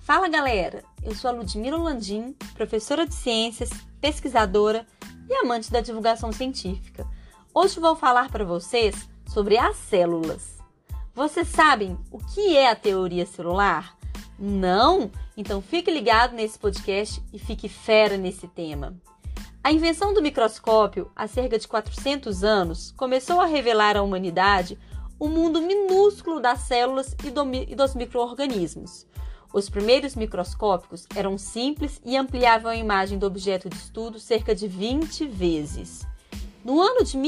Fala galera, eu sou a Ludmila Landim, professora de ciências, pesquisadora e amante da divulgação científica. Hoje vou falar para vocês sobre as células. Vocês sabem o que é a teoria celular? Não? Então fique ligado nesse podcast e fique fera nesse tema. A invenção do microscópio, há cerca de 400 anos, começou a revelar à humanidade o mundo minúsculo das células e dos micro-organismos. Os primeiros microscópicos eram simples e ampliavam a imagem do objeto de estudo cerca de 20 vezes. No ano de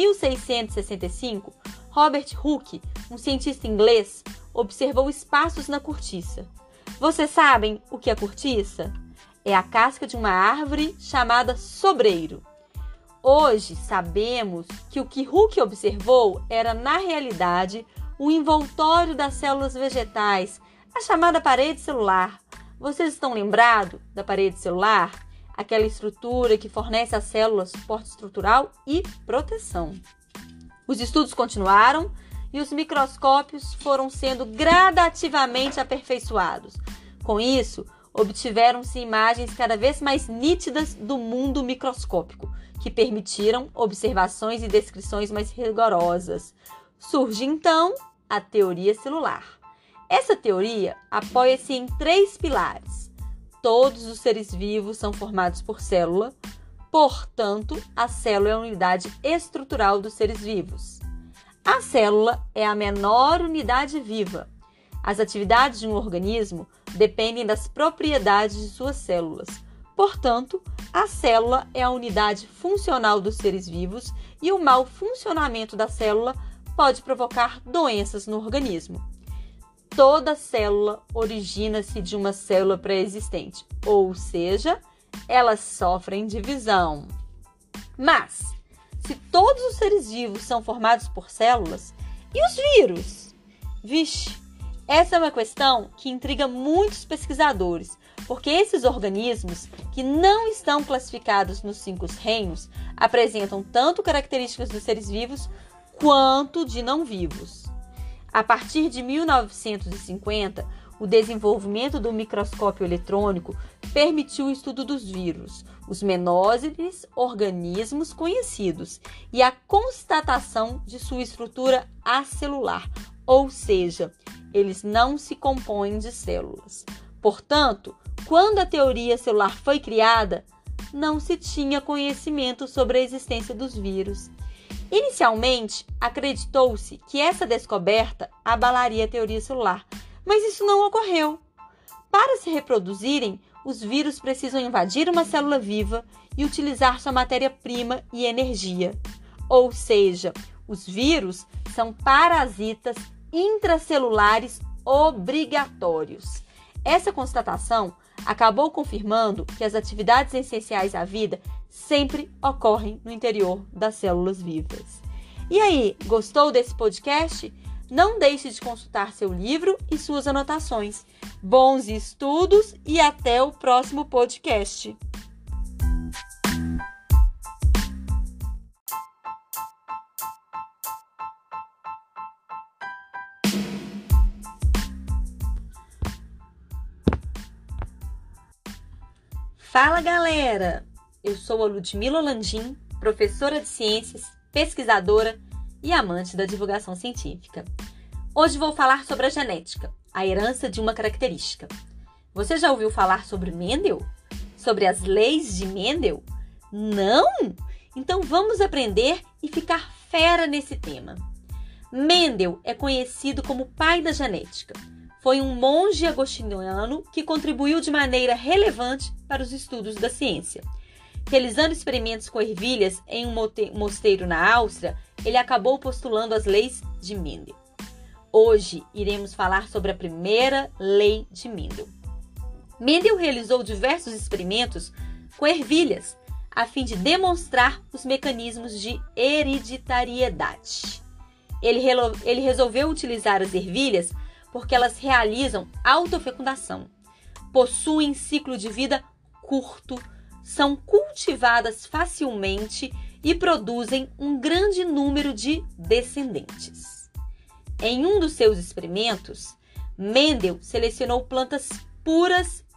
1665, Robert Hooke, um cientista inglês, observou espaços na cortiça. Vocês sabem o que é cortiça? É a casca de uma árvore chamada sobreiro. Hoje sabemos que o que Hooke observou era, na realidade, o envoltório das células vegetais, a chamada parede celular. Vocês estão lembrados da parede celular? Aquela estrutura que fornece às células suporte estrutural e proteção. Os estudos continuaram e os microscópios foram sendo gradativamente aperfeiçoados. Com isso, obtiveram-se imagens cada vez mais nítidas do mundo microscópico, que permitiram observações e descrições mais rigorosas. Surge, então, a teoria celular. Essa teoria apoia-se em 3 pilares. Todos os seres vivos são formados por célula, portanto, a célula é a unidade estrutural dos seres vivos. A célula é a menor unidade viva. As atividades de um organismo dependem das propriedades de suas células. Portanto, a célula é a unidade funcional dos seres vivos e o mau funcionamento da célula pode provocar doenças no organismo. Toda célula origina-se de uma célula pré-existente, ou seja, elas sofrem divisão. Mas, se todos os seres vivos são formados por células, e os vírus? Vixe, essa é uma questão que intriga muitos pesquisadores, porque esses organismos, que não estão classificados nos 5 reinos, apresentam tanto características dos seres vivos quanto de não vivos. A partir de 1950, o desenvolvimento do microscópio eletrônico permitiu o estudo dos vírus, os menores organismos conhecidos, e a constatação de sua estrutura acelular, ou seja, eles não se compõem de células. Portanto, quando a teoria celular foi criada, não se tinha conhecimento sobre a existência dos vírus. Inicialmente, acreditou-se que essa descoberta abalaria a teoria celular, mas isso não ocorreu. Para se reproduzirem, os vírus precisam invadir uma célula viva e utilizar sua matéria-prima e energia. Ou seja, os vírus são parasitas intracelulares obrigatórios. Essa constatação acabou confirmando que as atividades essenciais à vida sempre ocorrem no interior das células vivas. E aí, gostou desse podcast? Não deixe de consultar seu livro e suas anotações. Bons estudos e até o próximo podcast. Fala galera! Eu sou a Ludmila Landim, professora de ciências, pesquisadora e amante da divulgação científica. Hoje vou falar sobre a genética, a herança de uma característica. Você já ouviu falar sobre Mendel? Sobre as leis de Mendel? Não? Então vamos aprender e ficar fera nesse tema. Mendel é conhecido como pai da genética. Foi um monge agostiniano que contribuiu de maneira relevante para os estudos da ciência. Realizando experimentos com ervilhas em um mosteiro na Áustria, ele acabou postulando as leis de Mendel. Hoje iremos falar sobre a primeira lei de Mendel. Mendel realizou diversos experimentos com ervilhas, a fim de demonstrar os mecanismos de hereditariedade. Ele resolveu utilizar as ervilhas porque elas realizam autofecundação, possuem ciclo de vida curto, são cultivadas facilmente e produzem um grande número de descendentes. Em um dos seus experimentos, Mendel selecionou plantas puras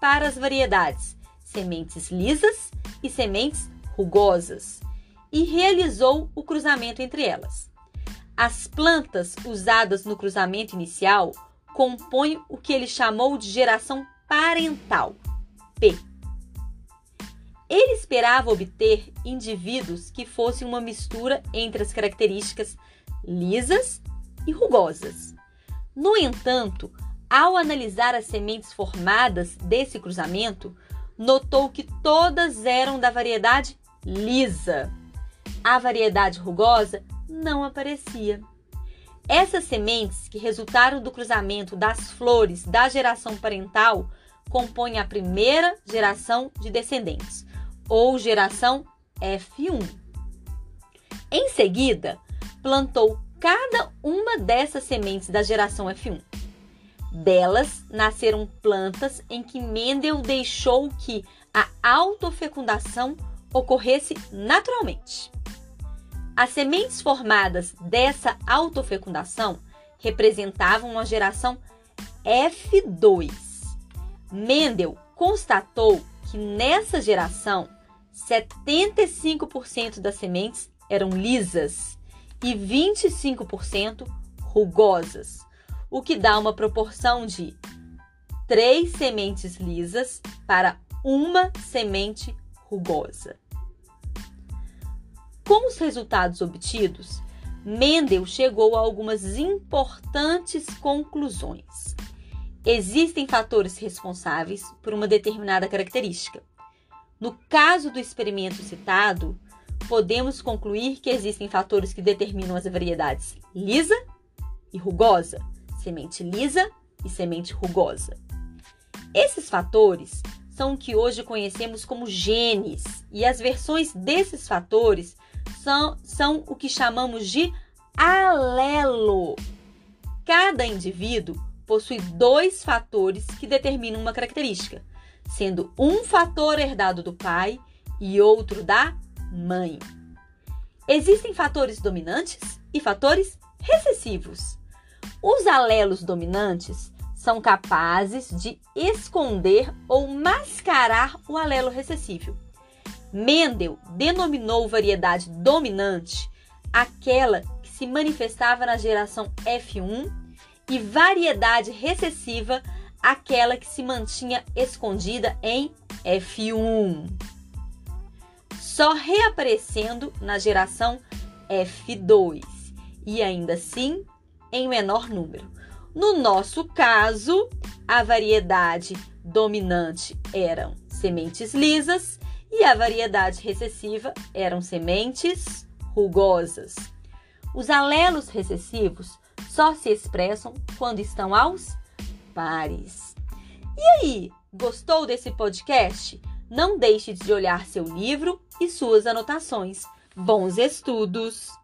para as variedades sementes lisas e sementes rugosas e realizou o cruzamento entre elas. As plantas usadas no cruzamento inicial compõem o que ele chamou de geração parental, P. Ele esperava obter indivíduos que fossem uma mistura entre as características lisas e rugosas. No entanto, ao analisar as sementes formadas desse cruzamento, notou que todas eram da variedade lisa. A variedade rugosa não aparecia. Essas sementes que resultaram do cruzamento das flores da geração parental compõem a primeira geração de descendentes, ou geração F1. Em seguida, plantou cada uma dessas sementes da geração F1. Delas nasceram plantas em que Mendel deixou que a autofecundação ocorresse naturalmente. As sementes formadas dessa autofecundação representavam uma geração F2. Mendel constatou que nessa geração 75% das sementes eram lisas e 25% rugosas, o que dá uma proporção de 3 sementes lisas para uma semente rugosa. Com os resultados obtidos, Mendel chegou a algumas importantes conclusões. Existem fatores responsáveis por uma determinada característica. No caso do experimento citado, podemos concluir que existem fatores que determinam as variedades lisa e rugosa, semente lisa e semente rugosa. Esses fatores são o que hoje conhecemos como genes, e as versões desses fatores são o que chamamos de alelo. Cada indivíduo possui 2 fatores que determinam uma característica, sendo um fator herdado do pai e outro da mãe. Existem fatores dominantes e fatores recessivos. Os alelos dominantes são capazes de esconder ou mascarar o alelo recessivo. Mendel denominou variedade dominante aquela que se manifestava na geração F1 e variedade recessiva aquela que se mantinha escondida em F1, só reaparecendo na geração F2 e ainda assim em menor número. No nosso caso, a variedade dominante eram sementes lisas e a variedade recessiva eram sementes rugosas. Os alelos recessivos só se expressam quando estão aos pares. E aí, gostou desse podcast? Não deixe de olhar seu livro e suas anotações. Bons estudos!